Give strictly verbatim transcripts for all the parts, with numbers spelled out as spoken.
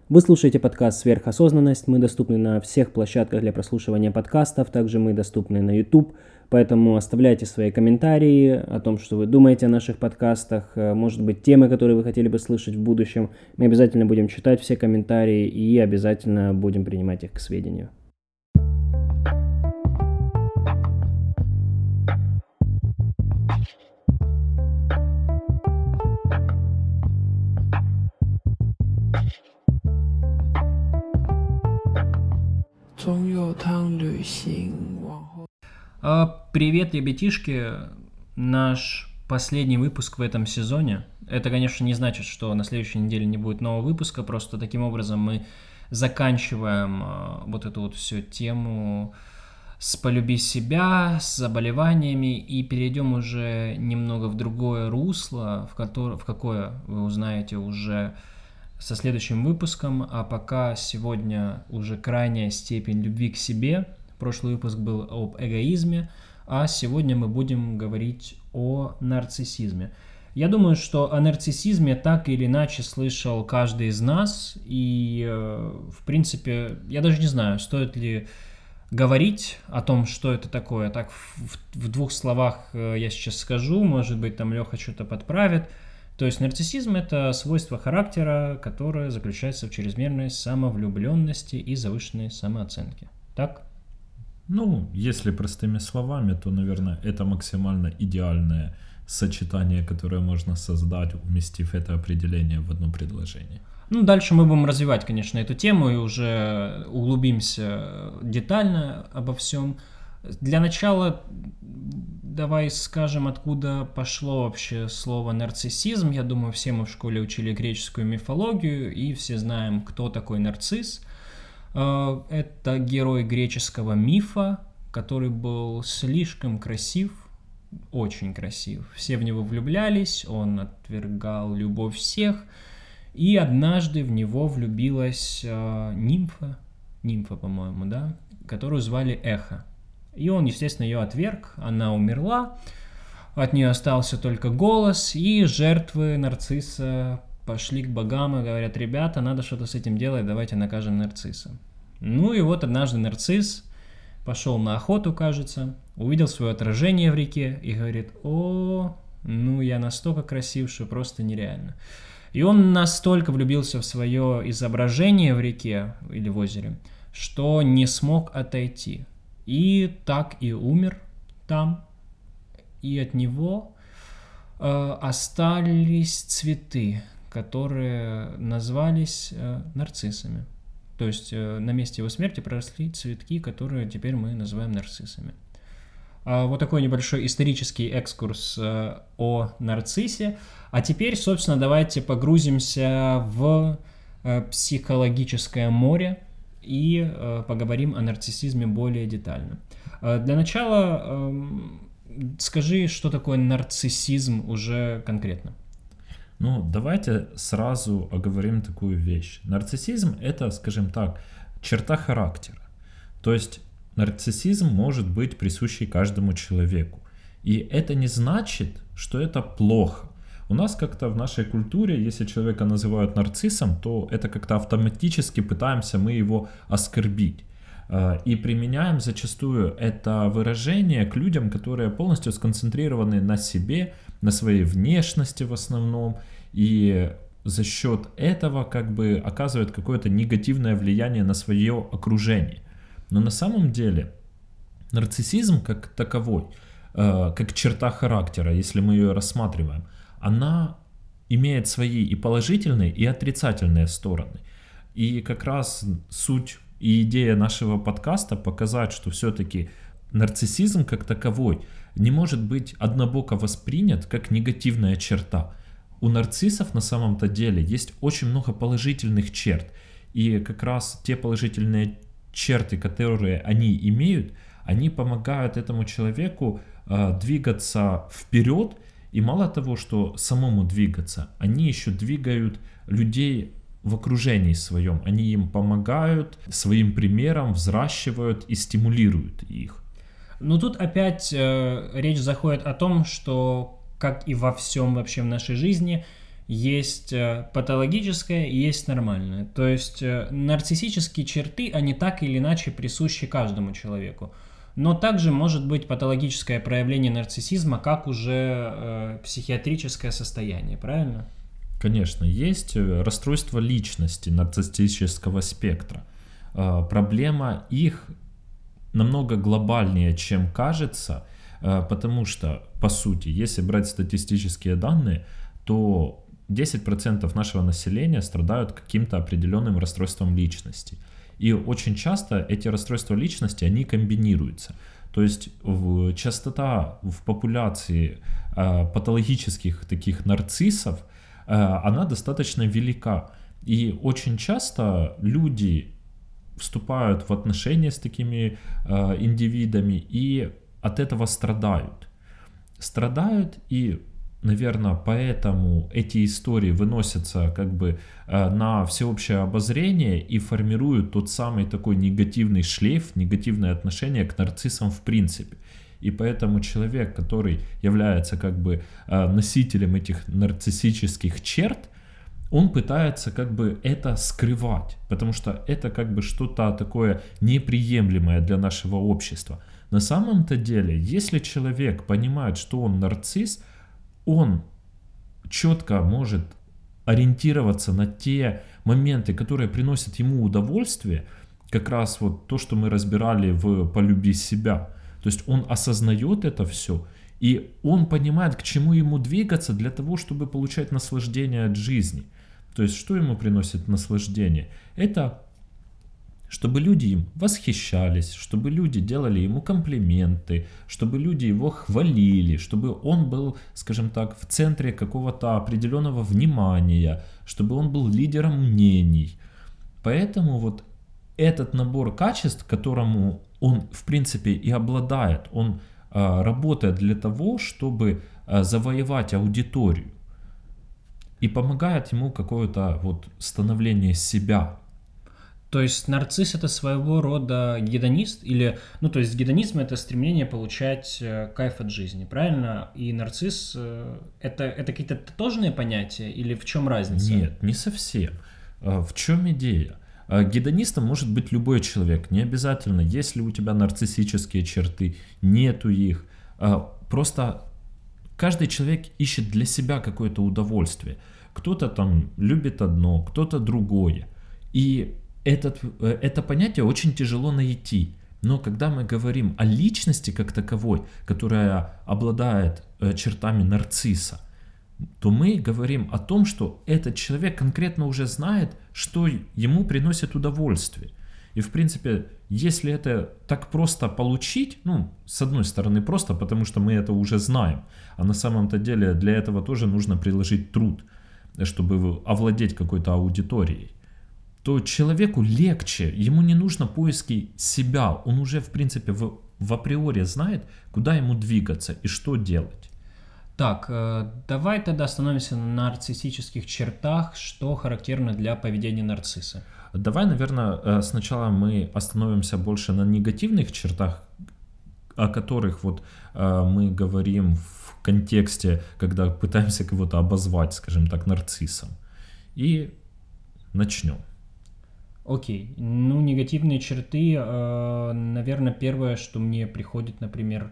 Вы слушаете подкаст «Сверхосознанность». Мы доступны на всех площадках для прослушивания подкастов. Также мы доступны на YouTube. Поэтому оставляйте свои комментарии о том, что вы думаете о наших подкастах. Может быть, темы, которые вы хотели бы слышать в будущем. Мы обязательно будем читать все комментарии и обязательно будем принимать их к сведению. Привет, ребятишки! Наш последний выпуск в этом сезоне. Это, конечно, не значит, что на следующей неделе не будет нового выпуска, просто таким образом мы заканчиваем вот эту вот всю тему с «Полюби себя», с заболеваниями и перейдем уже немного в другое русло, в, которое, в какое вы узнаете уже со следующим выпуском, а пока сегодня уже крайняя степень любви к себе. Прошлый выпуск был об эгоизме, а сегодня мы будем говорить о нарциссизме. Я думаю, что о нарциссизме так или иначе слышал каждый из нас, и, в принципе, я даже не знаю, стоит ли говорить о том, что это такое. Так, в, в двух словах я сейчас скажу, может быть, там Леха что-то подправит. То есть нарциссизм – это свойство характера, которое заключается в чрезмерной самовлюбленности и завышенной самооценке. Так? Ну, если простыми словами, то, наверное, это максимально идеальное сочетание, которое можно создать, уместив это определение в одно предложение. Ну, дальше мы будем развивать, конечно, эту тему и уже углубимся детально обо всем. Для начала давай скажем, откуда пошло вообще слово нарциссизм. Я думаю, все мы в школе учили греческую мифологию, и все знаем, кто такой нарцисс. Это герой греческого мифа, который был слишком красив, очень красив. Все в него влюблялись, он отвергал любовь всех, и однажды в него влюбилась нимфа, нимфа, по-моему, да, которую звали Эхо. И он, естественно, ее отверг, она умерла, от нее остался только голос, и жертвы нарцисса пошли к богам и говорят: ребята, надо что-то с этим делать, давайте накажем нарцисса. Ну и вот однажды нарцисс пошел на охоту, кажется, увидел свое отражение в реке и говорит: о, ну я настолько красив, что просто нереально. И он настолько влюбился в свое изображение в реке или в озере, что не смог отойти. И так и умер там, и от него э, остались цветы, которые назвались э, нарциссами. То есть э, на месте его смерти проросли цветки, которые теперь мы называем нарциссами. А вот такой небольшой исторический экскурс э, о нарциссе. А теперь, собственно, давайте погрузимся в э, психологическое море и э, поговорим о нарциссизме более детально. Э, для начала э, скажи, что такое нарциссизм уже конкретно. Ну, давайте сразу оговорим такую вещь. Нарциссизм – это, скажем так, черта характера. То есть нарциссизм может быть присущий каждому человеку. И это не значит, что это плохо. У нас как-то в нашей культуре, если человека называют нарциссом, то это как-то автоматически пытаемся мы его оскорбить. И применяем зачастую это выражение к людям, которые полностью сконцентрированы на себе, на своей внешности в основном, и за счет этого как бы оказывают какое-то негативное влияние на свое окружение. Но на самом деле нарциссизм как таковой, как черта характера, если мы ее рассматриваем, она имеет свои и положительные, и отрицательные стороны. И как раз суть и идея нашего подкаста показать, что все-таки нарциссизм как таковой не может быть однобоко воспринят как негативная черта. У нарциссов на самом-то деле есть очень много положительных черт. И как раз те положительные черты, которые они имеют, они помогают этому человеку э, двигаться вперед. И мало того, что самому двигаться, они еще двигают людей в окружении своем. Они им помогают, своим примером взращивают и стимулируют их. Ну тут опять э, речь заходит о том, что, как и во всем вообще в нашей жизни, есть э, патологическое и есть нормальное. То есть э, нарциссические черты, они так или иначе присущи каждому человеку. Но также может быть патологическое проявление нарциссизма, как уже э, психиатрическое состояние, правильно? Конечно, есть э, расстройство личности нарциссического спектра. Э, Проблема их намного глобальнее, чем кажется, э, потому что, по сути, если брать статистические данные, то десять процентов нашего населения страдают каким-то определенным расстройством личности. И очень часто эти расстройства личности, они комбинируются. То есть в, частота в популяции э, патологических таких нарциссов, э, она достаточно велика. И очень часто люди вступают в отношения с такими э, индивидами и от этого страдают. Страдают и, наверное, поэтому эти истории выносятся как бы э, на всеобщее обозрение и формируют тот самый такой негативный шлейф, негативное отношение к нарциссам в принципе. И поэтому человек, который является как бы э, носителем этих нарциссических черт, он пытается как бы это скрывать, потому что это как бы что-то такое неприемлемое для нашего общества. На самом-то деле, если человек понимает, что он нарцисс, он четко может ориентироваться на те моменты, которые приносят ему удовольствие, как раз вот то, что мы разбирали в «Полюби себя». То есть он осознает это все, и он понимает, к чему ему двигаться для того, чтобы получать наслаждение от жизни. То есть что ему приносит наслаждение? Это чтобы люди им восхищались, чтобы люди делали ему комплименты, чтобы люди его хвалили, чтобы он был, скажем так, в центре какого-то определенного внимания, чтобы он был лидером мнений. Поэтому вот этот набор качеств, которому он в принципе и обладает, он а, работает для того, чтобы а, завоевать аудиторию. И помогает ему какое-то вот становление себя. То есть нарцисс это своего рода гедонист или, ну то есть гедонизм это стремление получать э, кайф от жизни, правильно? И нарцисс э, это это какие-то тотожные понятия или в чем разница? Нет, не совсем. А, В чем идея? А, Гедонистом может быть любой человек, не обязательно, если у тебя нарциссические черты, нету их. А, Просто каждый человек ищет для себя какое-то удовольствие. Кто-то там любит одно, кто-то другое. И этот, это понятие очень тяжело найти. Но когда мы говорим о личности как таковой, которая обладает э, чертами нарцисса, то мы говорим о том, что этот человек конкретно уже знает, что ему приносит удовольствие. И в принципе, если это так просто получить, ну, с одной стороны просто, потому что мы это уже знаем, а на самом-то деле для этого тоже нужно приложить труд, чтобы овладеть какой-то аудиторией, то человеку легче, ему не нужно поиски себя, он уже в принципе в, в априори знает, куда ему двигаться и что делать. Так, э, давай тогда остановимся на нарциссических чертах, что характерно для поведения нарцисса. Давай, наверное, э, сначала мы остановимся больше на негативных чертах, о которых вот э, мы говорим в контексте, когда пытаемся кого-то обозвать, скажем так, нарциссом. И начнем. Окей, ну негативные черты, э, наверное, первое, что мне приходит, например,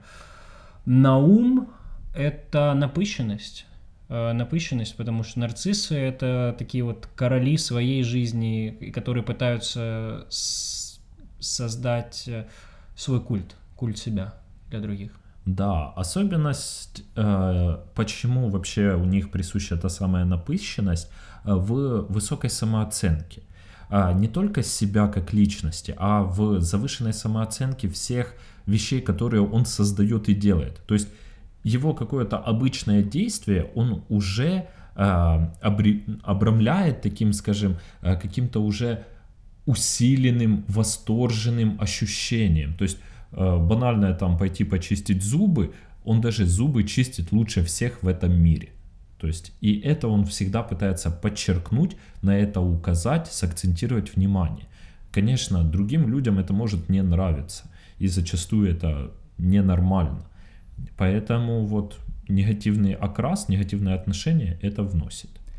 на ум, это напыщенность. Э, напыщенность, потому что нарциссы это такие вот короли своей жизни, и которые пытаются с- создать э, свой культ, культ себя для других. Да, особенность, э, почему вообще у них присуща та самая напыщенность, э, в высокой самооценке. А, не только себя как личности, а в завышенной самооценке всех вещей, которые он создает и делает. То есть его какое-то обычное действие он уже э, обре- обрамляет таким, скажем, э, каким-то уже усиленным, восторженным ощущением. То есть э, банально там пойти почистить зубы, он даже зубы чистит лучше всех в этом мире. То есть и это он всегда пытается подчеркнуть, на это указать, сакцентировать внимание. Конечно, другим людям это может не нравиться, и зачастую это ненормально. Поэтому вот негативный окрас, негативное отношение это вносит.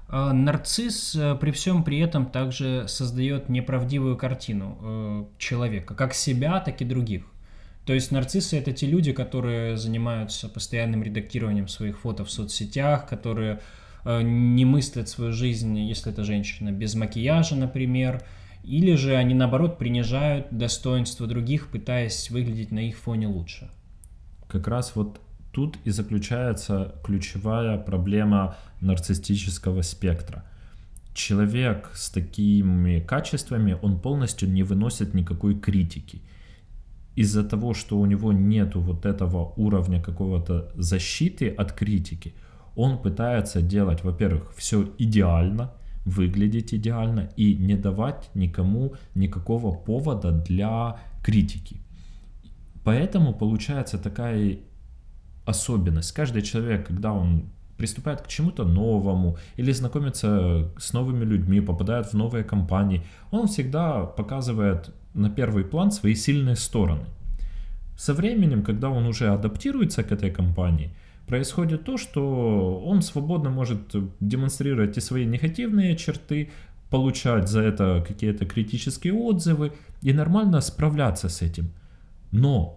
А нарцисс э, при всем при этом также создает неправдивую картину э, человека, как себя, так и других. То есть нарциссы — это те люди, которые занимаются постоянным редактированием своих фото в соцсетях, которые э, не мыслят свою жизнь, если это женщина, без макияжа, например, или же они, наоборот, принижают достоинство других, пытаясь выглядеть на их фоне лучше. Как раз вот тут и заключается ключевая проблема нарциссического спектра. Человек с такими качествами, он полностью не выносит никакой критики. Из-за того, что у него нету вот этого уровня какого-то защиты от критики, он пытается делать, во-первых, все идеально, выглядеть идеально и не давать никому никакого повода для критики. Поэтому получается такая особенность. Каждый человек, когда он приступает к чему-то новому или знакомится с новыми людьми, попадает в новые компании, он всегда показывает на первый план свои сильные стороны. Со временем, когда он уже адаптируется к этой компании, происходит то, что он свободно может демонстрировать и свои негативные черты, получать за это какие-то критические отзывы и нормально справляться с этим. Но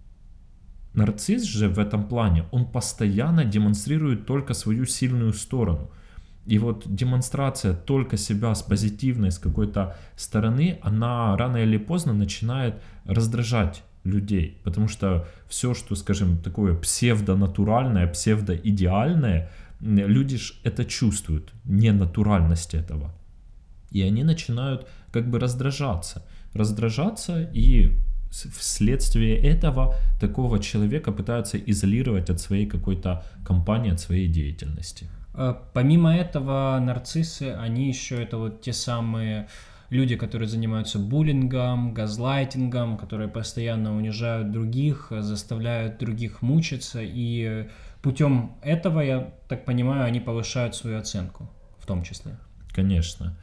нарцисс же в этом плане, он постоянно демонстрирует только свою сильную сторону. И вот демонстрация только себя с позитивной, с какой-то стороны, она рано или поздно начинает раздражать людей. Потому что все, что, скажем, такое псевдонатуральное, псевдоидеальное, люди же это чувствуют, ненатуральность этого. И они начинают как бы раздражаться. Раздражаться, и вследствие этого такого человека пытаются изолировать от своей какой-то компании, от своей деятельности. Помимо этого, нарциссы, они еще это вот те самые люди, которые занимаются буллингом, газлайтингом, которые постоянно унижают других, заставляют других мучиться, и путем этого, я так понимаю, они повышают свою оценку в том числе. Конечно.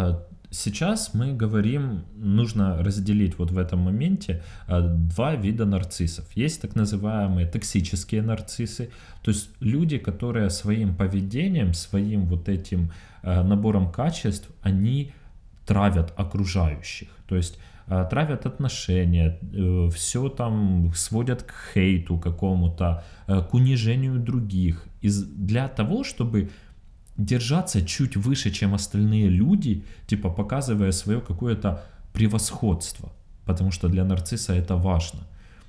Сейчас мы говорим, нужно разделить вот в этом моменте два вида нарциссов. Есть так называемые токсические нарциссы, то есть люди, которые своим поведением, своим вот этим набором качеств, они травят окружающих. То есть травят отношения, все там сводят к хейту какому-то, к унижению других. И для того, чтобы держаться чуть выше, чем остальные люди, типа показывая свое какое-то превосходство, потому что для нарцисса это важно.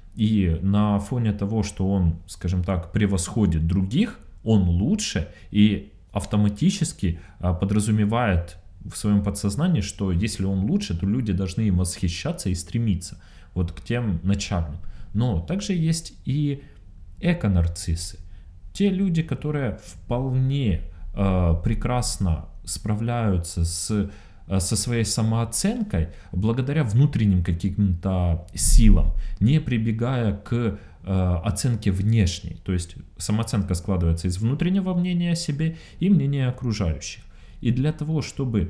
И на фоне того, что он, скажем так, превосходит других, он лучше и автоматически подразумевает в своем подсознании, что если он лучше, то люди должны им восхищаться и стремиться вот к тем начальным. Но также есть и эко-нарциссы. Те люди, которые вполне прекрасно справляются с, со своей самооценкой благодаря внутренним каким-то силам, не прибегая к оценке внешней. То есть самооценка складывается из внутреннего мнения о себе и мнения окружающих. И для того, чтобы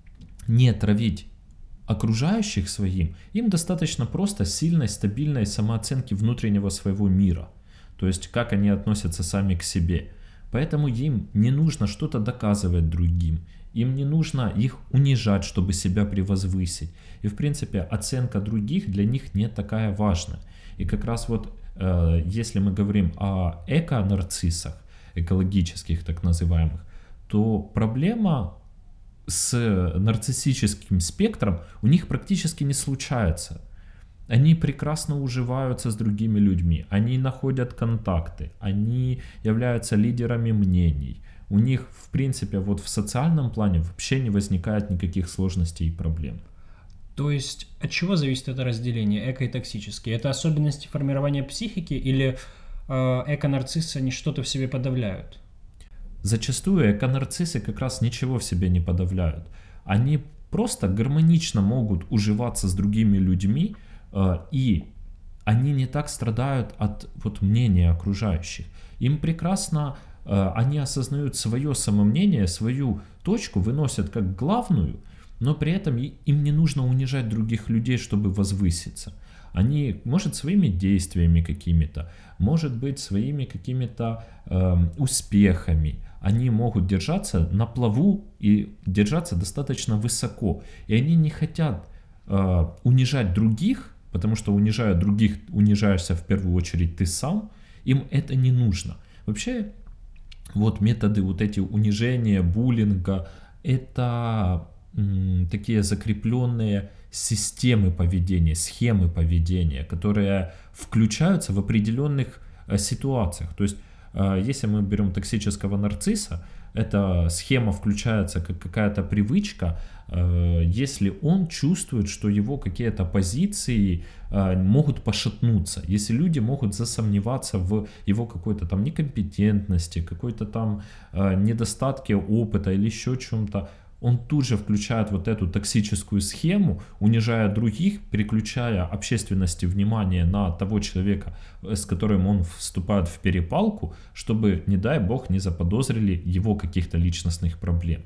не травить окружающих своим, им достаточно просто сильной, стабильной самооценки внутреннего своего мира. То есть как они относятся сами к себе. Поэтому им не нужно что-то доказывать другим, им не нужно их унижать, чтобы себя превозвысить. И в принципе оценка других для них не такая важная. И как раз вот э, если мы говорим о эко-нарциссах, экологических так называемых, то проблема с нарциссическим спектром у них практически не случается. Они прекрасно уживаются с другими людьми, они находят контакты, они являются лидерами мнений. У них, в принципе, вот в социальном плане вообще не возникает никаких сложностей и проблем. То есть от чего зависит это разделение, эко и токсические? Это особенности формирования психики или э, эко-нарциссы, они что-то в себе подавляют? Зачастую эко-нарциссы как раз ничего в себе не подавляют. Они просто гармонично могут уживаться с другими людьми, и они не так страдают от вот, мнения окружающих. Им прекрасно, они осознают свое самомнение, свою точку, выносят как главную, но при этом им не нужно унижать других людей, чтобы возвыситься. Они, может, своими действиями какими-то, может быть, своими какими-то э, успехами, они могут держаться на плаву и держаться достаточно высоко. И они не хотят э, унижать других, потому что, унижая других, унижаешься в первую очередь ты сам. Им это не нужно. Вообще, вот методы вот эти унижения, буллинга, это м, такие закрепленные системы поведения, схемы поведения, которые включаются в определенных э, ситуациях. То есть, э, если мы берем токсического нарцисса, эта схема включается как какая-то привычка, э, если он чувствует, что его какие-то позиции э, могут пошатнуться, если люди могут засомневаться в его какой-то там некомпетентности, какой-то там э, недостатке опыта или еще чем-то, он тут же включает вот эту токсическую схему, унижая других, переключая общественности внимание на того человека, с которым он вступает в перепалку, чтобы, не дай бог, не заподозрили его каких-то личностных проблем.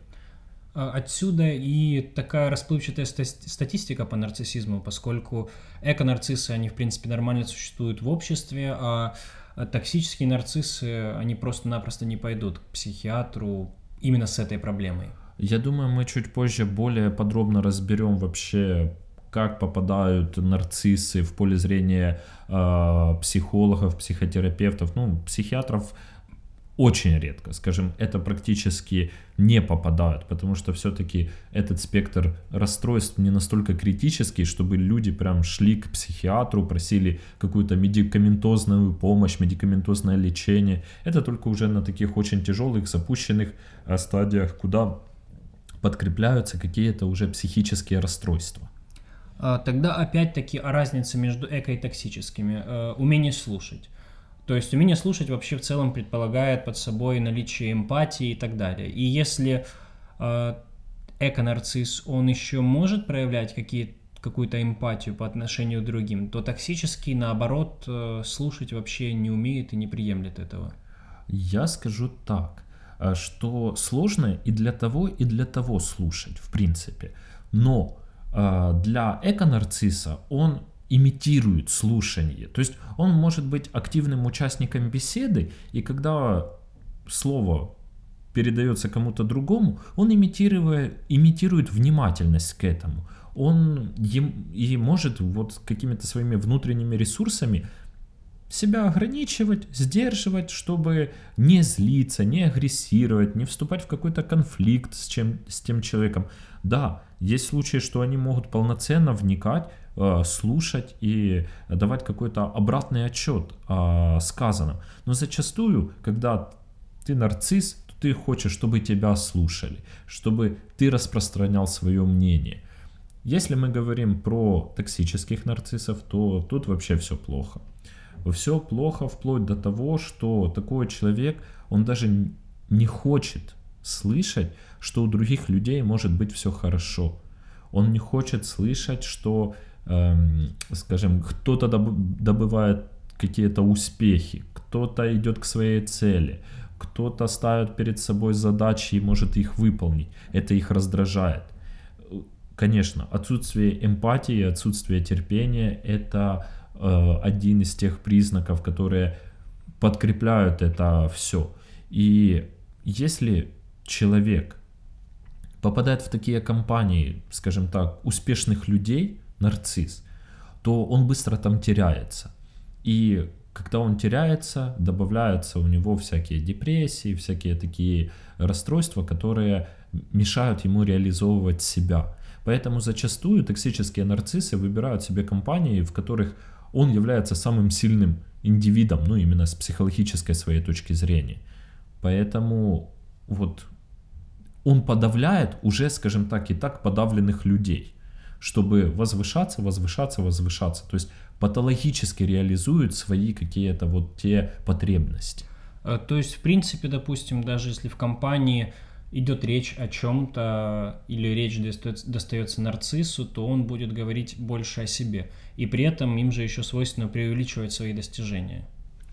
Отсюда и такая расплывчатая статистика по нарциссизму, поскольку эко-нарциссы, они в принципе нормально существуют в обществе, а токсические нарциссы, они просто-напросто не пойдут к психиатру именно с этой проблемой. Я думаю, мы чуть позже более подробно разберем вообще, как попадают нарциссы в поле зрения э, психологов, психотерапевтов, ну, психиатров очень редко, скажем, это практически не попадают, потому что все-таки этот спектр расстройств не настолько критический, чтобы люди прям шли к психиатру, просили какую-то медикаментозную помощь, медикаментозное лечение. Это только уже на таких очень тяжелых, запущенных э, стадиях, куда подкрепляются какие-то уже психические расстройства. Тогда опять-таки о разнице между эко и токсическими. Умение слушать. То есть умение слушать вообще в целом предполагает под собой наличие эмпатии и так далее. И если эко-нарцисс, он еще может проявлять какие, какую-то эмпатию по отношению к другим, то токсический, наоборот, слушать вообще не умеет и не приемлет этого. Я скажу так, что сложно и для того, и для того слушать, в принципе. Но э, для эко-нарцисса он имитирует слушание. То есть он может быть активным участником беседы, и когда слово передается кому-то другому, он имитирует, имитирует внимательность к этому. Он им, и может вот какими-то своими внутренними ресурсами себя ограничивать, сдерживать, чтобы не злиться, не агрессировать, не вступать в какой-то конфликт с, чем, с тем человеком. Да, есть случаи, что они могут полноценно вникать, э, слушать и давать какой-то обратный отчет о сказанном. Но зачастую, когда ты нарцисс, то ты хочешь, чтобы тебя слушали, чтобы ты распространял свое мнение. Если мы говорим про токсических нарциссов, то тут вообще все плохо. Все плохо вплоть до того, что такой человек, он даже не хочет слышать, что у других людей может быть все хорошо. Он не хочет слышать, что, эм, скажем, кто-то добывает какие-то успехи, кто-то идет к своей цели, кто-то ставит перед собой задачи и может их выполнить. Это их раздражает. Конечно, отсутствие эмпатии, отсутствие терпения – это один из тех признаков, которые подкрепляют это все. И если человек попадает в такие компании, скажем так, успешных людей, нарцисс, то он быстро там теряется. И когда он теряется, добавляются у него всякие депрессии, всякие такие расстройства, которые мешают ему реализовывать себя. Поэтому зачастую токсические нарциссы выбирают себе компании, в которых он является самым сильным индивидом, ну именно с психологической своей точки зрения. Поэтому вот он подавляет уже, скажем так, и так подавленных людей, чтобы возвышаться, возвышаться, возвышаться. То есть патологически реализует свои какие-то вот те потребности. То есть, в принципе, допустим, даже если в компании идет речь о чем-то или речь достается нарциссу, то он будет говорить больше о себе. И при этом им же еще свойственно преувеличивать свои достижения.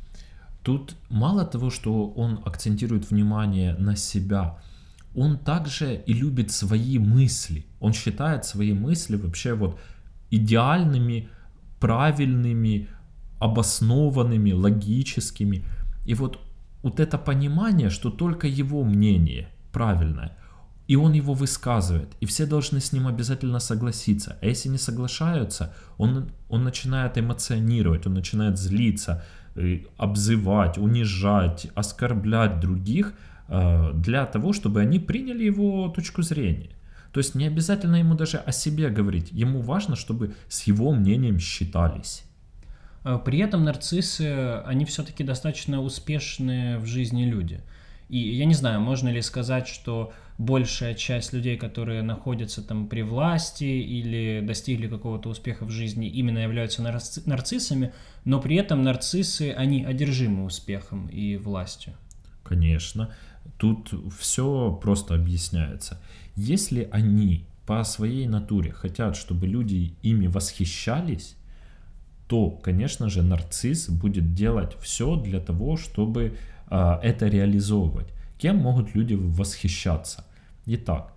Тут мало того, что он акцентирует внимание на себя, он также и любит свои мысли. Он считает свои мысли вообще вот идеальными правильными, обоснованными, логическими. И вот, вот это понимание, что только его мнение правильное, и он его высказывает, и все должны с ним обязательно согласиться. А если не соглашаются, он, он начинает эмоционировать, он начинает злиться, обзывать, унижать, оскорблять других э, для того, чтобы они приняли его точку зрения. То есть не обязательно ему даже о себе говорить, ему важно, чтобы с его мнением считались. При этом нарциссы, они все-таки достаточно успешные в жизни люди. И я не знаю, можно ли сказать, что большая часть людей, которые находятся там при власти или достигли какого-то успеха в жизни, именно являются нарци- нарциссами, но при этом нарциссы, они одержимы успехом и властью. Конечно, тут все просто объясняется. Если они по своей натуре хотят, чтобы люди ими восхищались, то, конечно же, нарцисс будет делать все для того, чтобы э, это реализовывать. Кем могут люди восхищаться? Итак,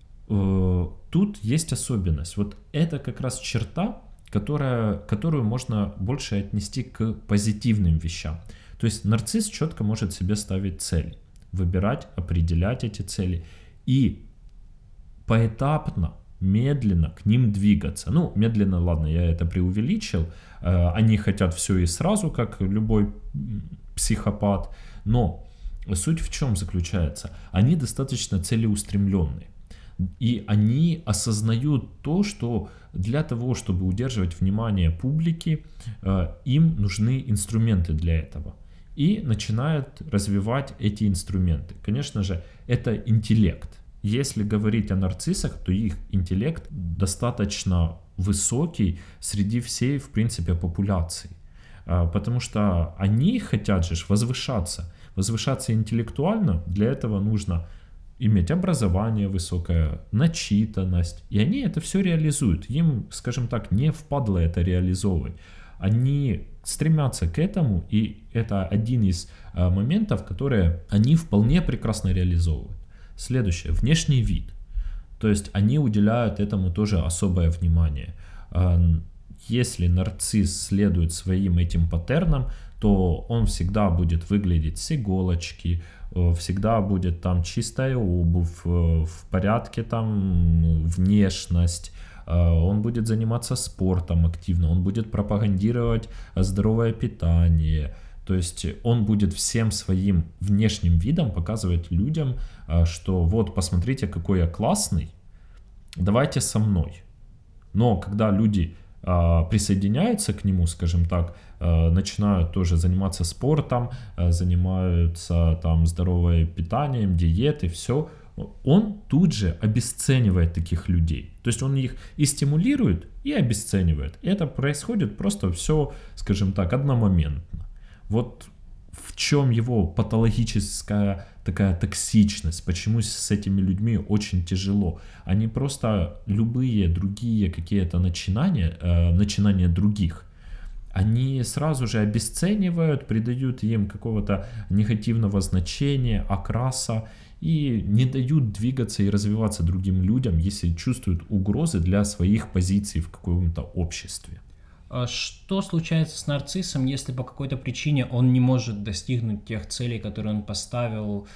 э, тут есть особенность. Вот это как раз черта, которая, которую можно больше отнести к позитивным вещам. То есть нарцисс четко может себе ставить цели, выбирать, определять эти цели и поэтапно, медленно к ним двигаться. Ну, медленно, ладно, я это преувеличил. Они хотят все и сразу, как любой психопат. Но суть в чем заключается? Они достаточно целеустремленные. И они осознают то, что для того, чтобы удерживать внимание публики, им нужны инструменты для этого. И начинают развивать эти инструменты. Конечно же, это интеллект. Если говорить о нарциссах, то их интеллект достаточно высокий среди всей, в принципе, популяции. Потому что они хотят же возвышаться. Возвышаться интеллектуально, для этого нужно иметь образование высокое, начитанность. И они это все реализуют. Им, скажем так, не впадло это реализовывать. Они стремятся к этому, и это один из моментов, которые они вполне прекрасно реализовывают. Следующее. Внешний вид. То есть они уделяют этому тоже особое внимание. Если нарцисс следует своим этим паттернам, то он всегда будет выглядеть с иголочки, всегда будет там чистая обувь, в порядке там внешность, он будет заниматься спортом активно, он будет пропагандировать здоровое питание. То есть он будет всем своим внешним видом показывать людям, что вот посмотрите, какой я классный, давайте со мной. Но когда люди присоединяются к нему, скажем так, начинают тоже заниматься спортом, занимаются там здоровым питанием, диетой, все, он тут же обесценивает таких людей. То есть он их и стимулирует, и обесценивает. И это происходит просто все, скажем так, одномоментно. Вот в чем его патологическая такая токсичность, почему с этими людьми очень тяжело. Они просто любые другие какие-то начинания, э, начинания других, они сразу же обесценивают, придают им какого-то негативного значения, окраса и не дают двигаться и развиваться другим людям, если чувствуют угрозы для своих позиций в каком-то обществе. Что случается с нарциссом, если по какой-то причине он не может достигнуть тех целей, которые он поставил,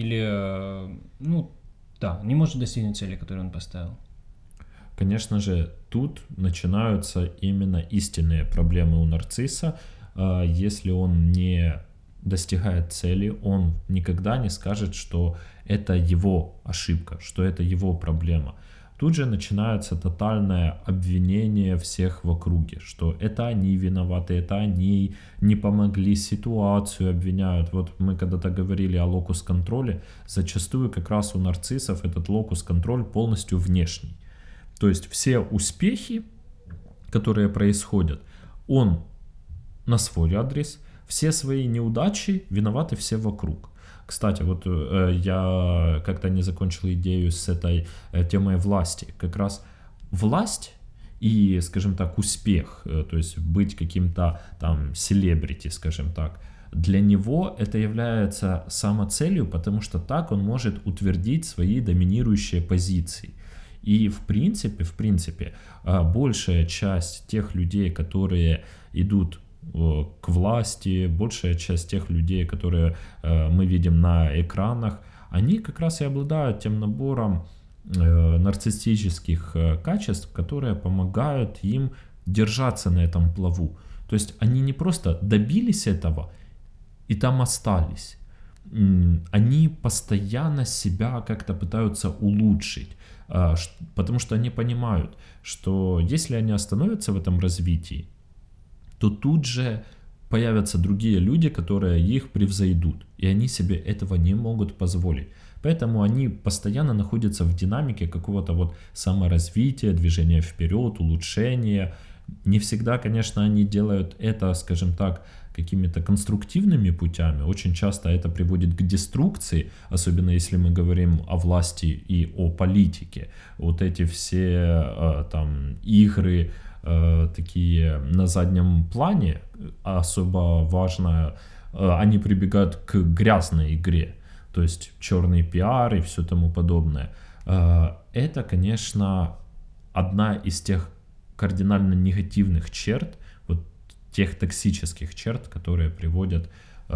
или, ну, да, не может достигнуть целей, которые он поставил? Конечно же, тут начинаются именно истинные проблемы у нарцисса. Если он не достигает цели, он никогда не скажет, что это его ошибка, что это его проблема. Тут же начинается тотальное обвинение всех в округе, что это они виноваты, это они не помогли, ситуацию обвиняют. Вот мы когда-то говорили о локус-контроле, зачастую как раз у нарциссов этот локус-контроль полностью внешний. То есть все успехи, которые происходят, он на свой адрес, все свои неудачи виноваты все вокруг. Кстати, вот э, я как-то не закончил идею с этой э, темой власти. Как раз власть и, скажем так, успех, э, то есть быть каким-то там селебрити, скажем так, для него это является самоцелью, потому что так он может утвердить свои доминирующие позиции. И в принципе, в принципе, большая часть тех людей, которые идут к власти, большая часть тех людей, которые мы видим на экранах, они как раз и обладают тем набором нарциссических качеств, которые помогают им держаться на этом плаву. То есть они не просто добились этого и там остались. Они постоянно себя как-то пытаются улучшить, потому что они понимают, что если они остановятся в этом развитии, то тут же появятся другие люди, которые их превзойдут, и они себе этого не могут позволить. Поэтому они постоянно находятся в динамике какого-то вот саморазвития, движения вперед, улучшения. Не всегда, конечно, они делают это, скажем так, какими-то конструктивными путями. Очень часто это приводит к деструкции, особенно если мы говорим о власти и о политике. Вот эти все там игры такие на заднем плане, особо важно, они прибегают к грязной игре, то есть черный пиар и все тому подобное. Это, конечно, одна из тех кардинально негативных черт, вот тех токсических черт, которые приводят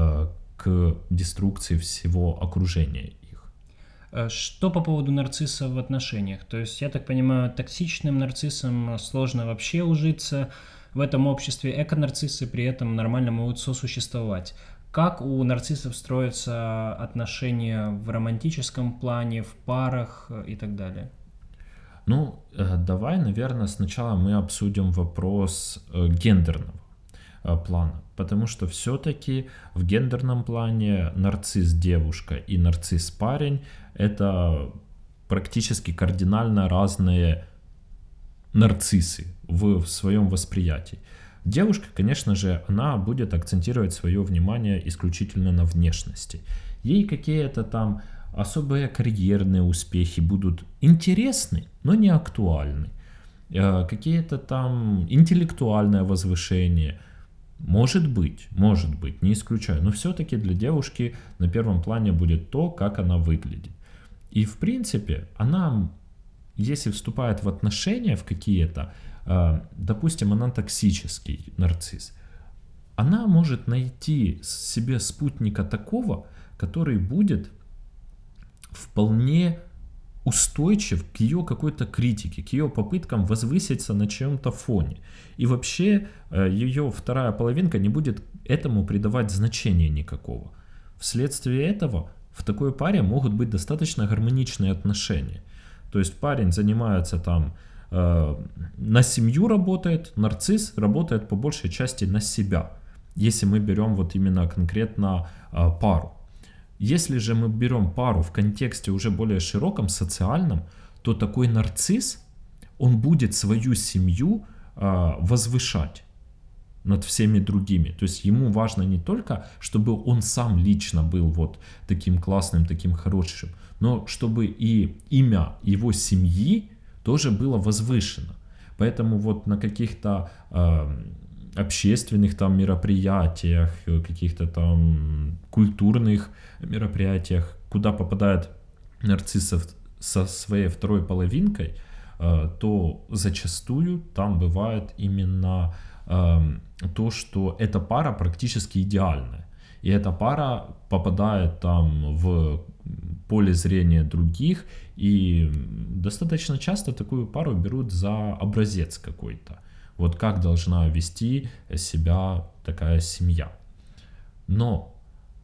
к деструкции всего окружения их. Что по поводу нарциссов в отношениях? То есть, я так понимаю, токсичным нарциссам сложно вообще ужиться в этом обществе, эко-нарциссы при этом нормально могут сосуществовать. Как у нарциссов строятся отношения в романтическом плане, в парах и так далее? Ну, давай, наверное, сначала мы обсудим вопрос гендерного плана, потому что все-таки в гендерном плане нарцисс девушка и нарцисс парень — это практически кардинально разные нарциссы в своем восприятии. Девушка, конечно же, она будет акцентировать свое внимание исключительно на внешности. Ей какие-то там особые карьерные успехи будут интересны, но не актуальны. Какие-то там интеллектуальное возвышение. Может быть, может быть, не исключаю. Но все-таки для девушки на первом плане будет то, как она выглядит. И в принципе, она, если вступает в отношения в какие-то, допустим, она токсический нарцисс, она может найти себе спутника такого, который будет вполне устойчив к ее какой-то критике, к ее попыткам возвыситься на чьем-то фоне. И вообще ее вторая половинка не будет этому придавать значения никакого. Вследствие этого в такой паре могут быть достаточно гармоничные отношения. То есть парень занимается там, э, на семью работает, нарцисс работает по большей части на себя, если мы берем вот именно конкретно э, пару. Если же мы берем пару в контексте уже более широком, социальном, то такой нарцисс, он будет свою семью э, возвышать над всеми другими. То есть ему важно не только, чтобы он сам лично был вот таким классным, таким хорошим, но чтобы и имя его семьи тоже было возвышено. Поэтому вот на каких-то э, общественных там мероприятиях, каких-то там культурных мероприятиях, куда попадает нарциссов со своей второй половинкой, то зачастую там бывает именно то, что эта пара практически идеальная. И эта пара попадает там в поле зрения других, и достаточно часто такую пару берут за образец какой-то. Вот как должна вести себя такая семья. Но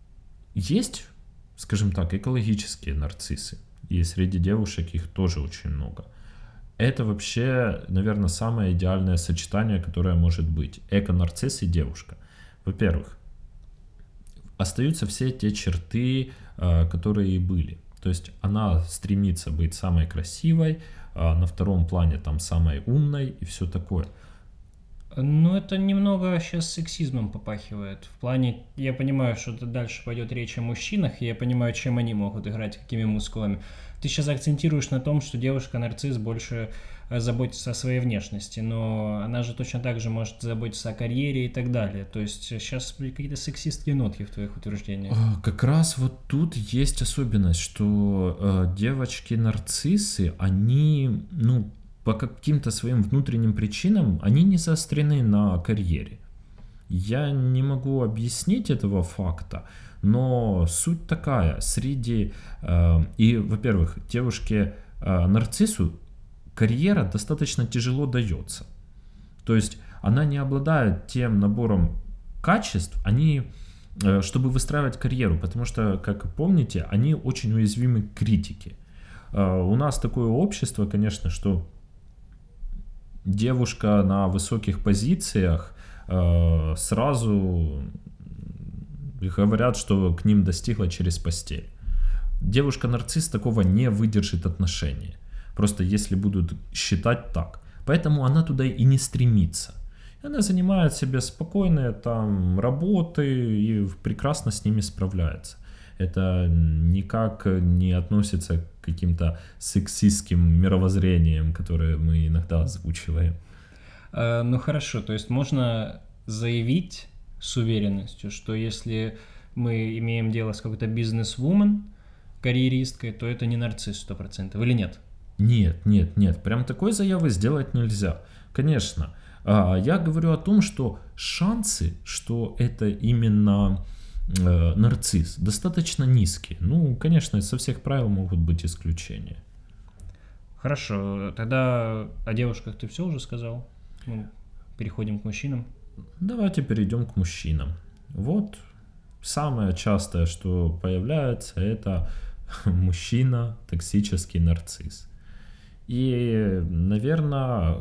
есть, скажем так, экологические нарциссы. И среди девушек их тоже очень много. Это вообще, наверное, самое идеальное сочетание, которое может быть. Эко-нарцисс и девушка. Во-первых, остаются все те черты, которые и были. То есть она стремится быть самой красивой, на втором плане там самой умной и все такое. Ну, это немного сейчас сексизмом попахивает. В плане, я понимаю, что дальше пойдет речь о мужчинах, и я понимаю, чем они могут играть, какими мускулами. ты сейчас акцентируешь на том, что девушка-нарцисс больше э, заботится о своей внешности, но она же точно так же может заботиться о карьере и так далее. То есть сейчас какие-то сексистские нотки в твоих утверждениях. А, Как раз вот тут есть особенность, что э, девочки-нарциссы, они, ну, по каким-то своим внутренним причинам, они не заострены на карьере. Я не могу объяснить этого факта, но суть такая. Среди... э, и, во-первых, девушке-нарциссу карьера достаточно тяжело дается. То есть она не обладает тем набором качеств, они, э, чтобы выстраивать карьеру, потому что, как помните, они очень уязвимы к критике. Э, У нас такое общество, конечно, что девушка на высоких позициях э, сразу говорят, что к ним достигла через постель. Девушка-нарцисс такого не выдержит отношения. Просто если будут считать так. Поэтому она туда и не стремится. Она занимает себе спокойные там работы и прекрасно с ними справляется. Это никак не относится к каким-то сексистским мировоззрениям, которые мы иногда озвучиваем. Э, Ну хорошо, то есть можно заявить с уверенностью, что если мы имеем дело с какой-то бизнес-вумен, карьеристкой, то это не нарцисс сто процентов, или нет? Нет, нет, нет, прям такой заявы сделать нельзя. Конечно, а, я говорю о том, что шансы, что это именно э, нарцисс, достаточно низкие. Ну, конечно, со всех правил могут быть исключения. Хорошо, тогда о девушках ты все уже сказал. Ну, переходим к мужчинам. Давайте перейдем к мужчинам. Вот самое частое, что появляется, это мужчина, токсический нарцисс. И, наверное,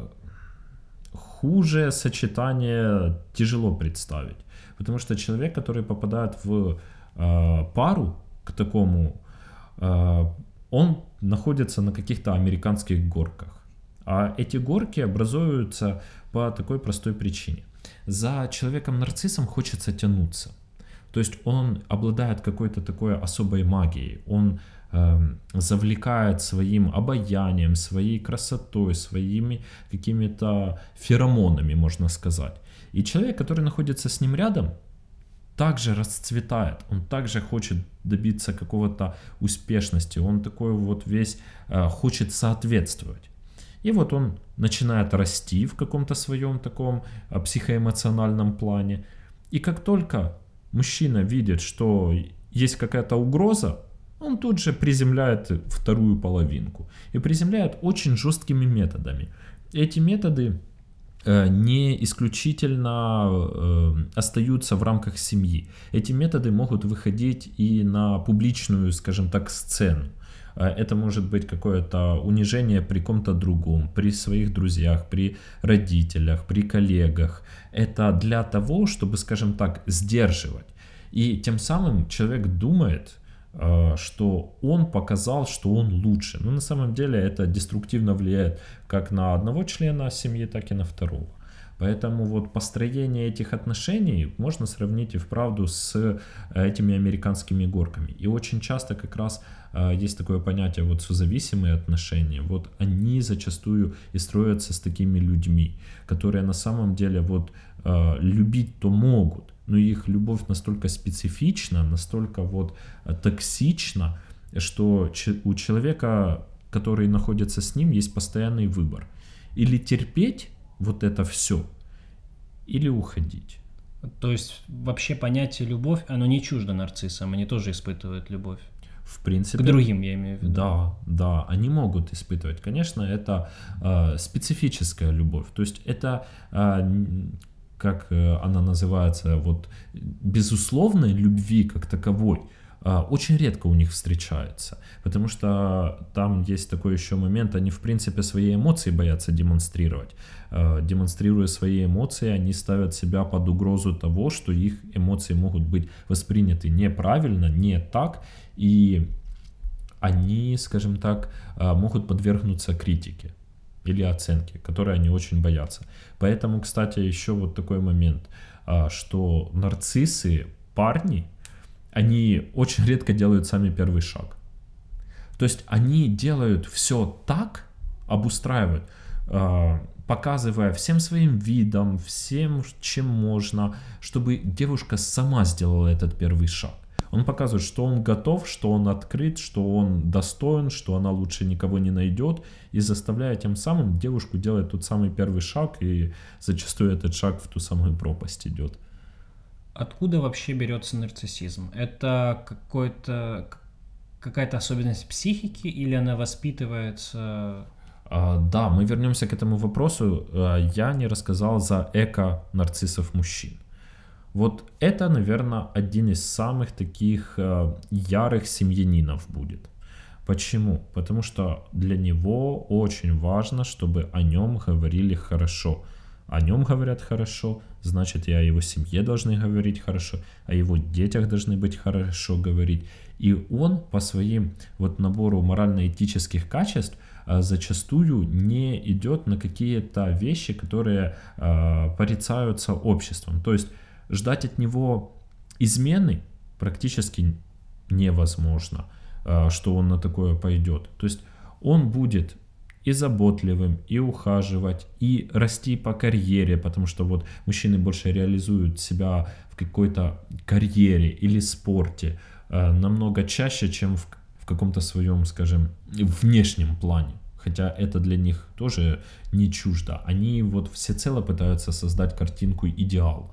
хуже сочетание тяжело представить. Потому что человек, который попадает в э, пару к такому, э, он находится на каких-то американских горках. А эти горки образуются по такой простой причине. За человеком-нарциссом хочется тянуться. То есть он обладает какой-то такой особой магией. Он э, завлекает своим обаянием, своей красотой, своими какими-то феромонами, можно сказать. И человек, который находится с ним рядом, также расцветает. Он также хочет добиться какого-то успешности. Он такой вот весь э, хочет соответствовать. И вот он начинает расти в каком-то своем таком э, психоэмоциональном плане. И как только мужчина видит, что есть какая-то угроза, он тут же приземляет вторую половинку. И приземляет очень жесткими методами. Эти методы э, не исключительно э, остаются в рамках семьи. Эти методы могут выходить и на публичную, скажем так, сцену. Это может быть какое-то унижение при ком-то другом, при своих друзьях, при родителях, при коллегах. Это для того, чтобы, скажем так, сдерживать. И тем самым человек думает, что он показал, что он лучше. Но на самом деле это деструктивно влияет как на одного члена семьи, так и на второго. Поэтому вот построение этих отношений можно сравнить и вправду с этими американскими горками. И очень часто как раз э, есть такое понятие вот созависимые отношения. Вот они зачастую и строятся с такими людьми, которые на самом деле вот э, любить-то могут, но их любовь настолько специфична, настолько вот э, токсична, что ч- у человека, который находится с ним, есть постоянный выбор. Или терпеть вот это все, или уходить. То есть вообще понятие любовь, оно не чуждо нарциссам, они тоже испытывают любовь. В принципе. К другим, я имею в виду. Да, да, они могут испытывать. Конечно, это э, специфическая любовь. То есть это, э, как э, она называется, вот безусловной любви как таковой очень редко у них встречается, потому что там есть такой еще момент, они в принципе свои эмоции боятся демонстрировать. Демонстрируя свои эмоции, они ставят себя под угрозу того, что их эмоции могут быть восприняты неправильно, не так, и они, скажем так, могут подвергнуться критике или оценке, которой они очень боятся. Поэтому, кстати, еще вот такой момент, что нарциссы, парни, они очень редко делают сами первый шаг. То есть они делают все так, обустраивают, э, показывая всем своим видом, всем, чем можно, чтобы девушка сама сделала этот первый шаг. Он показывает, что он готов, что он открыт, что он достоин, что она лучше никого не найдет, и заставляя тем самым девушку делать тот самый первый шаг, и зачастую этот шаг в ту самую пропасть идет. Откуда вообще берется нарциссизм? Это какой-то, какая-то особенность психики или она воспитывается? А, да, мы вернемся к этому вопросу. Я не рассказал за эко-нарциссов мужчин. Вот это, наверное, один из самых таких ярых семьянинов будет. Почему? Потому что для него очень важно, чтобы о нем говорили хорошо. О нем говорят хорошо, значит, и о его семье должны говорить хорошо, о его детях должны быть хорошо говорить. И он по своим вот набору морально-этических качеств зачастую не идет на какие-то вещи, которые э, порицаются обществом. То есть ждать от него измены практически невозможно, э, что он на такое пойдет. То есть он будет и заботливым, и ухаживать, и расти по карьере, потому что вот мужчины больше реализуют себя в какой-то карьере или спорте э, намного чаще, чем в, в каком-то своем, скажем, внешнем плане. Хотя это для них тоже не чуждо. Они вот всецело пытаются создать картинку идеала.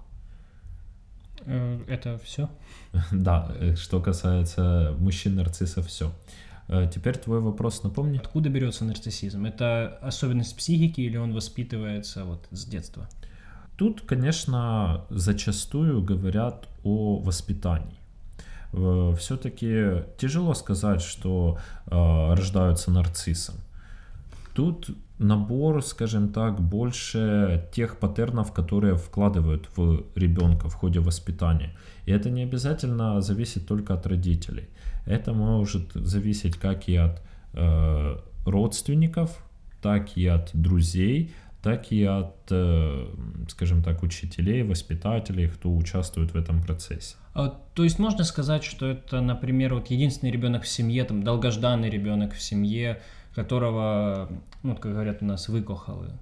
Это все? Да, что касается мужчин-нарциссов, все. Теперь твой вопрос, напомни. Откуда берется нарциссизм? Это особенность психики или он воспитывается вот с детства? Тут, конечно, зачастую говорят о воспитании. Все-таки тяжело сказать, что э, рождаются нарциссом. Тут набор, скажем так, больше тех паттернов, которые вкладывают в ребенка в ходе воспитания. И это не обязательно зависит только от родителей. Это может зависеть как и от э, родственников, так и от друзей, так и от, э, скажем так, учителей, воспитателей, кто участвует в этом процессе. А, то есть можно сказать, что это, например, вот единственный ребенок в семье, там, долгожданный ребенок в семье, которого, ну, как говорят у нас, выкохали?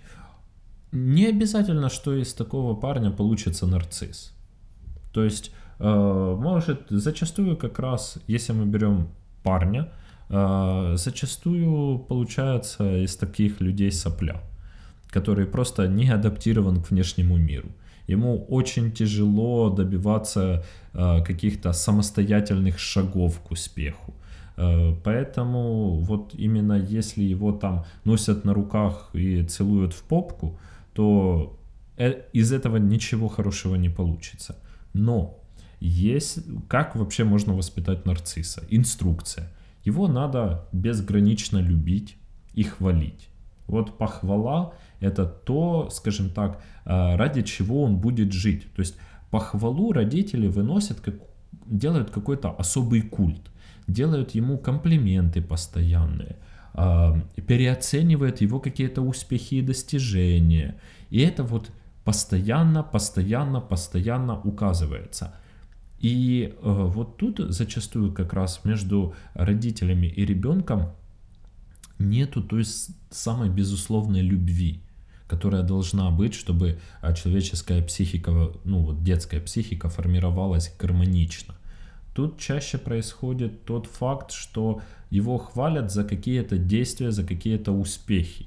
Не обязательно, что из такого парня получится нарцисс. То есть, э, может, зачастую как раз, если мы берем парня, э, зачастую получается из таких людей сопля, который просто не адаптирован к внешнему миру. Ему очень тяжело добиваться э, каких-то самостоятельных шагов к успеху. Э, поэтому вот именно если его там носят на руках и целуют в попку, то э, из этого ничего хорошего не получится. Но есть, как вообще можно воспитать нарцисса? Инструкция. Его надо безгранично любить и хвалить. Вот похвала — это то, скажем так, ради чего он будет жить. То есть похвалу родители выносят, как, делают какой-то особый культ, делают ему комплименты постоянные, переоценивают его какие-то успехи и достижения. И это вот постоянно, постоянно, постоянно указывается. И э, вот тут зачастую как раз между родителями и ребенком нету той самой безусловной любви, которая должна быть, чтобы человеческая психика, ну вот детская психика формировалась гармонично. Тут чаще происходит тот факт, что его хвалят за какие-то действия, за какие-то успехи.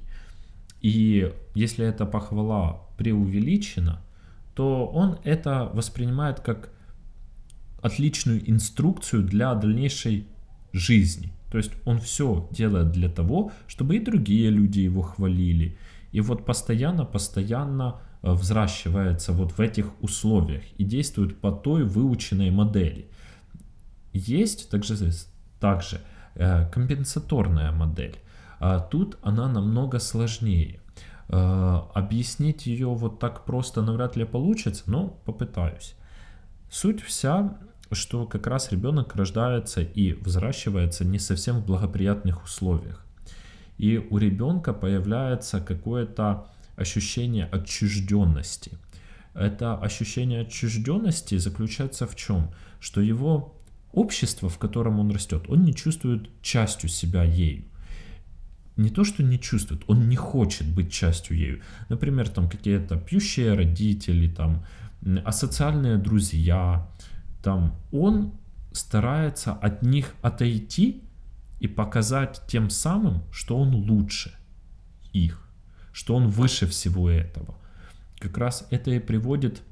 И если эта похвала преувеличена, то он это воспринимает как отличную инструкцию для дальнейшей жизни. То есть он все делает для того, чтобы и другие люди его хвалили. И вот постоянно-постоянно взращивается вот в этих условиях и действует по той выученной модели. Есть также, также компенсаторная модель. Тут она намного сложнее. Объяснить ее вот так просто навряд ли получится, но попытаюсь. Суть вся, что как раз ребенок рождается и взращивается не совсем в благоприятных условиях. И у ребенка появляется какое-то ощущение отчужденности. Это ощущение отчужденности заключается в чем? Что его общество, в котором он растет, он не чувствует частью себя ею. Не то, что не чувствует, он не хочет быть частью ею. Например, там какие-то пьющие родители, там, асоциальные друзья. Там, он старается от них отойти и показать тем самым, что он лучше их, что он выше всего этого. Как раз это и приводит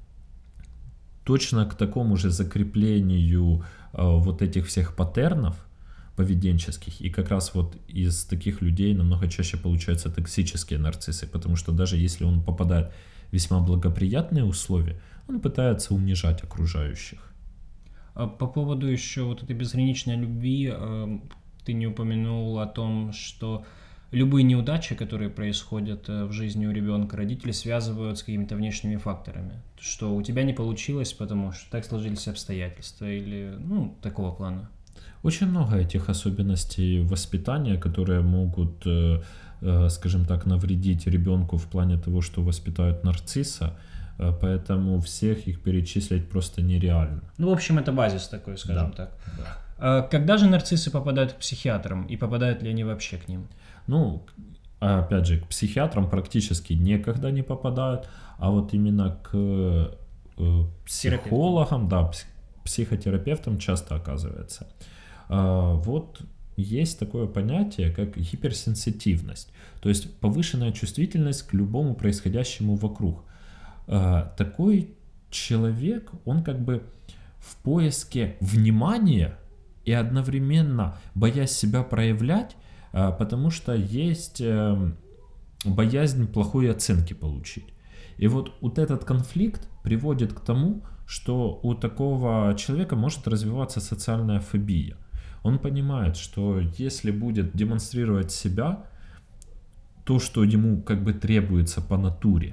точно к такому же закреплению э, вот этих всех паттернов поведенческих. И как раз вот из таких людей намного чаще получаются токсические нарциссы, потому что даже если он попадает в весьма благоприятные условия, он пытается унижать окружающих. По поводу еще вот этой безграничной любви, э, ты не упомянул о том, что любые неудачи, которые происходят в жизни у ребенка, родители связывают с какими-то внешними факторами. Что у тебя не получилось, потому что так сложились обстоятельства или, ну, такого плана. Очень много этих особенностей воспитания, которые могут, э, э, скажем так, навредить ребенку в плане того, что воспитают нарцисса, э, поэтому всех их перечислить просто нереально. Ну, в общем, это базис такой, скажем Да. так. Да. Когда же нарциссы попадают к психиатрам и попадают ли они вообще к ним? Ну, опять же, к психиатрам практически никогда не попадают, а вот именно к э, психологам, да, псих, психотерапевтам часто оказывается. А, вот есть такое понятие, как гиперсенситивность, то есть повышенная чувствительность к любому происходящему вокруг. А, такой человек, он как бы в поиске внимания и одновременно боясь себя проявлять, потому что есть боязнь плохой оценки получить. И вот, вот этот конфликт приводит к тому, что у такого человека может развиваться социальная фобия. Он понимает, что если будет демонстрировать себя, то, что ему как бы требуется по натуре,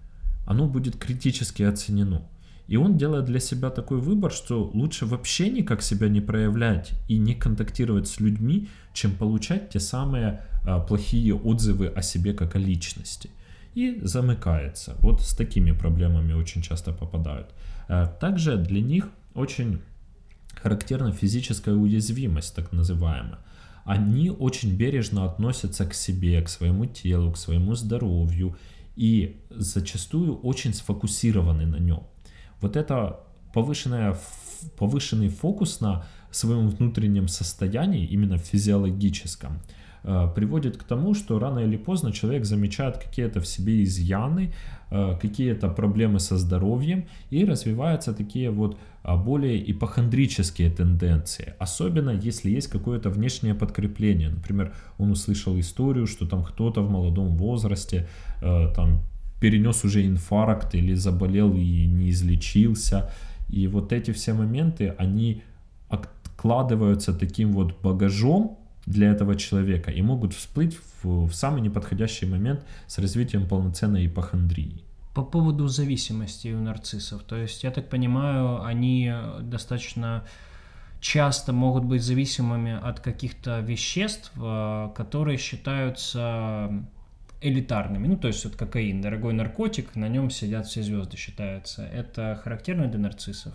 оно будет критически оценено. И он делает для себя такой выбор, что лучше вообще никак себя не проявлять и не контактировать с людьми, чем получать те самые а, плохие отзывы о себе как о личности. И замыкается. Вот с такими проблемами очень часто попадают. А, также для них очень характерна физическая уязвимость, так называемая. Они очень бережно относятся к себе, к своему телу, к своему здоровью и зачастую очень сфокусированы на нем. Вот это повышенная, повышенный фокус на своем внутреннем состоянии, именно физиологическом, приводит к тому, что рано или поздно человек замечает какие-то в себе изъяны, какие-то проблемы со здоровьем, и развиваются такие вот более ипохондрические тенденции, особенно если есть какое-то внешнее подкрепление. Например, он услышал историю, что там кто-то в молодом возрасте там перенес уже инфаркт или заболел и не излечился. И вот эти все моменты, они откладываются таким вот багажом для этого человека и могут всплыть в, в самый неподходящий момент с развитием полноценной ипохондрии. По поводу зависимости у нарциссов, то есть, я так понимаю, они достаточно часто могут быть зависимыми от каких-то веществ, которые считаются элитарными. Ну, то есть, вот кокаин, дорогой наркотик, на нем сидят все звезды, считается. Это характерно для нарциссов?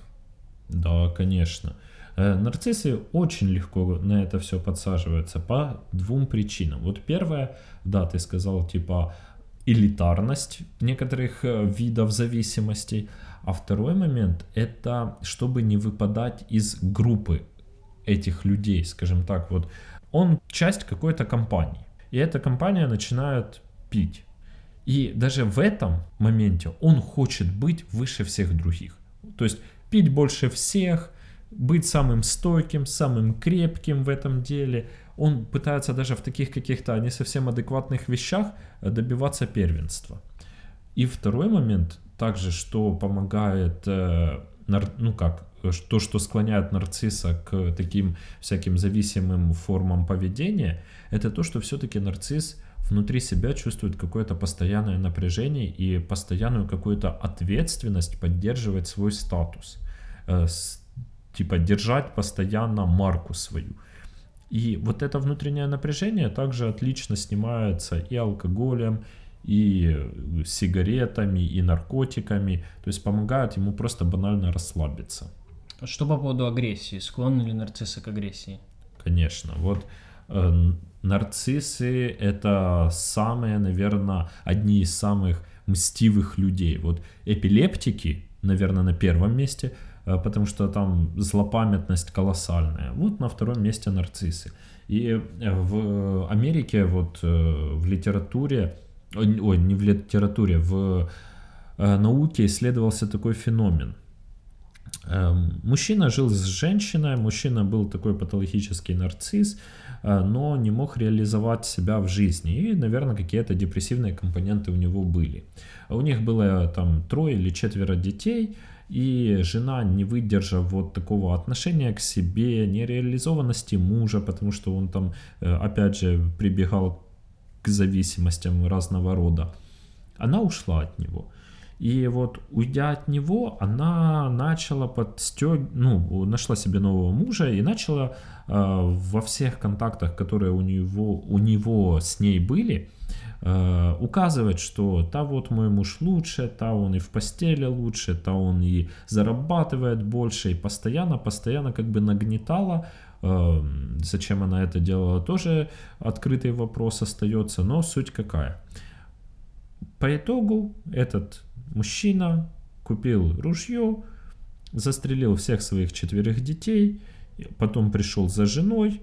Да, конечно. Нарциссы очень легко на это все подсаживаются по двум причинам. Вот первое, да, ты сказал, типа, элитарность некоторых видов зависимостей. А второй момент, это чтобы не выпадать из группы этих людей, скажем так. Вот он часть какой-то компании, и эта компания начинает пить. И даже в этом моменте он хочет быть выше всех других. То есть пить больше всех, быть самым стойким, самым крепким в этом деле. Он пытается даже в таких каких-то не совсем адекватных вещах добиваться первенства. И второй момент, также, что помогает, ну как, то, что склоняет нарцисса к таким всяким зависимым формам поведения, это то, что все-таки нарцисс внутри себя чувствует какое-то постоянное напряжение и постоянную какую-то ответственность поддерживать свой статус. Типа держать постоянно марку свою. И вот это внутреннее напряжение также отлично снимается и алкоголем, и сигаретами, и наркотиками. То есть помогает ему просто банально расслабиться. Что по поводу агрессии? Склонны ли нарциссы к агрессии? Конечно. Вот э, нарциссы — это самые, наверное, одни из самых мстивых людей. Вот эпилептики, наверное, на первом месте, э, потому что там злопамятность колоссальная. Вот на втором месте нарциссы. И в Америке вот э, в литературе, ой, не в литературе, в э, науке исследовался такой феномен. Мужчина жил с женщиной, мужчина был такой патологический нарцисс, но не мог реализовать себя в жизни. И, наверное, какие-то депрессивные компоненты у него были. У них было там трое или четверо детей, и жена, не выдержав вот такого отношения к себе, нереализованности мужа, потому что он там, опять же, прибегал к зависимостям разного рода, она ушла от него. И вот, уйдя от него, она начала подстег... ну, нашла себе нового мужа и начала э, во всех контактах, которые у него, у него с ней были, э, указывать, что та вот мой муж лучше, та он и в постели лучше, та он и зарабатывает больше, и постоянно, постоянно как бы нагнетала. Э, зачем она это делала, тоже открытый вопрос остается, но суть какая. По итогу этот мужчина купил ружье, застрелил всех своих четверых детей, потом пришел за женой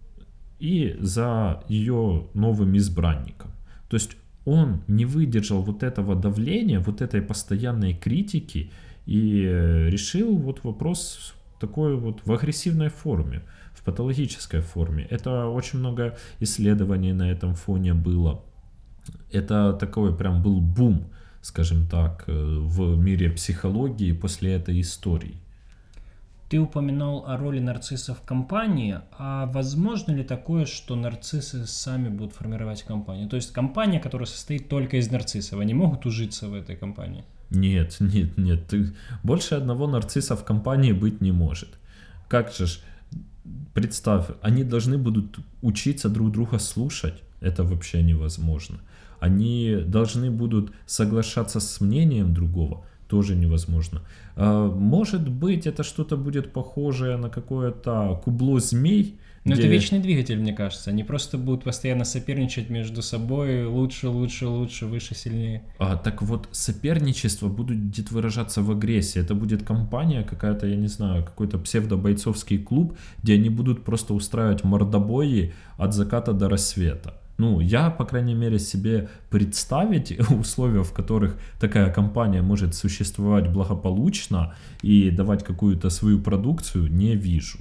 и за ее новым избранником. То есть он не выдержал вот этого давления, вот этой постоянной критики и решил вот вопрос такой вот в агрессивной форме, в патологической форме. Это очень много исследований на этом фоне было. Это такой прям был бум, скажем так, в мире психологии после этой истории. Ты упоминал о роли нарциссов в компании, а возможно ли такое, что нарциссы сами будут формировать компанию? То есть компания, которая состоит только из нарциссов, они могут ужиться в этой компании? Нет, нет, нет. Ты... Больше одного нарцисса в компании быть не может. Как же ж, представь, они должны будут учиться друг друга слушать. Это вообще невозможно. Они должны будут соглашаться с мнением другого, тоже невозможно. Может быть, это что-то будет похожее на какое-то кубло змей. Но где... это вечный двигатель, мне кажется. Они просто будут постоянно соперничать между собой, лучше, лучше, лучше, выше, сильнее. А, так вот, соперничество будет выражаться в агрессии. Это будет компания какая-то, я не знаю, какой-то псевдобойцовский клуб, где они будут просто устраивать мордобои от заката до рассвета. Ну, я, по крайней мере, себе представить условия, в которых такая компания может существовать благополучно и давать какую-то свою продукцию, не вижу.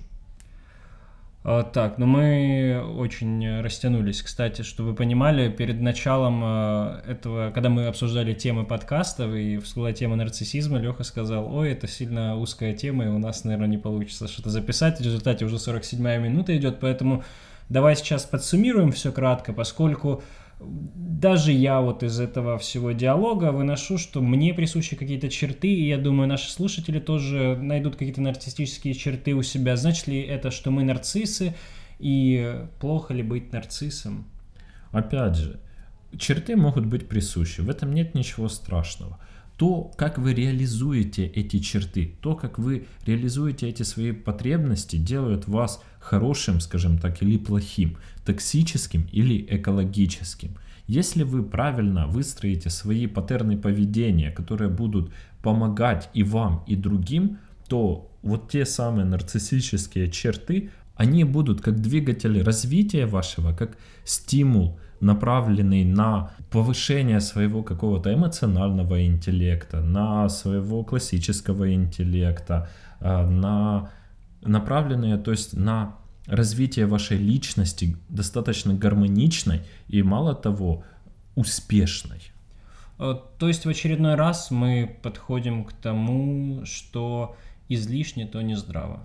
А, так, ну мы очень растянулись. Кстати, чтобы вы понимали, перед началом этого, когда мы обсуждали темы подкастов и всплыла тема нарциссизма, Леха сказал: ой, это сильно узкая тема, и у нас, наверное, не получится что-то записать. В результате уже сорок седьмая минута идет, поэтому... Давай сейчас подсуммируем все кратко, поскольку даже я вот из этого всего диалога выношу, что мне присущи какие-то черты, и я думаю, наши слушатели тоже найдут какие-то нарциссические черты у себя. Значит ли это, что мы нарциссы, и плохо ли быть нарциссом? Опять же, черты могут быть присущи, в этом нет ничего страшного. То, как вы реализуете эти черты, то, как вы реализуете эти свои потребности, делает вас хорошим, скажем так, или плохим, токсическим или экологическим. Если вы правильно выстроите свои паттерны поведения, которые будут помогать и вам, и другим, то вот те самые нарциссические черты, они будут как двигатель развития вашего, как стимул, направленный на повышение своего какого-то эмоционального интеллекта, на своего классического интеллекта, на направленные, то есть на развитие вашей личности достаточно гармоничной и, мало того, успешной. То есть в очередной раз мы подходим к тому, что излишне, то не здраво.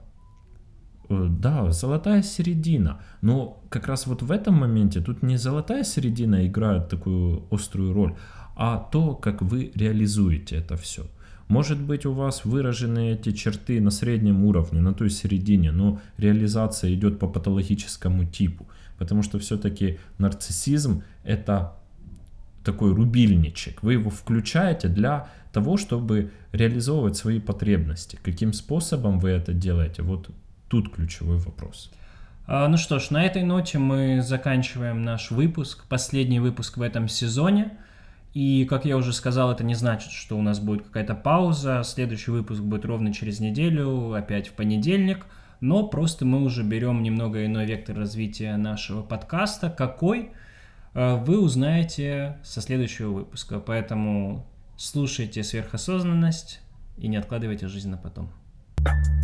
Да, золотая середина. Но как раз вот в этом моменте тут не золотая середина играет такую острую роль, а то, как вы реализуете это все. Может быть, у вас выражены эти черты на среднем уровне, на той середине, но реализация идет по патологическому типу. Потому что все-таки нарциссизм — это такой рубильничек, вы его включаете для того, чтобы реализовывать свои потребности. Каким способом вы это делаете? Вот тут ключевой вопрос. А, ну что ж, на этой ноте мы заканчиваем наш выпуск, последний выпуск в этом сезоне. И, как я уже сказал, это не значит, что у нас будет какая-то пауза. Следующий выпуск будет ровно через неделю, опять в понедельник. Но просто мы уже берем немного иной вектор развития нашего подкаста. Какой? Вы узнаете со следующего выпуска. Поэтому слушайте сверхосознанность и не откладывайте жизнь на потом.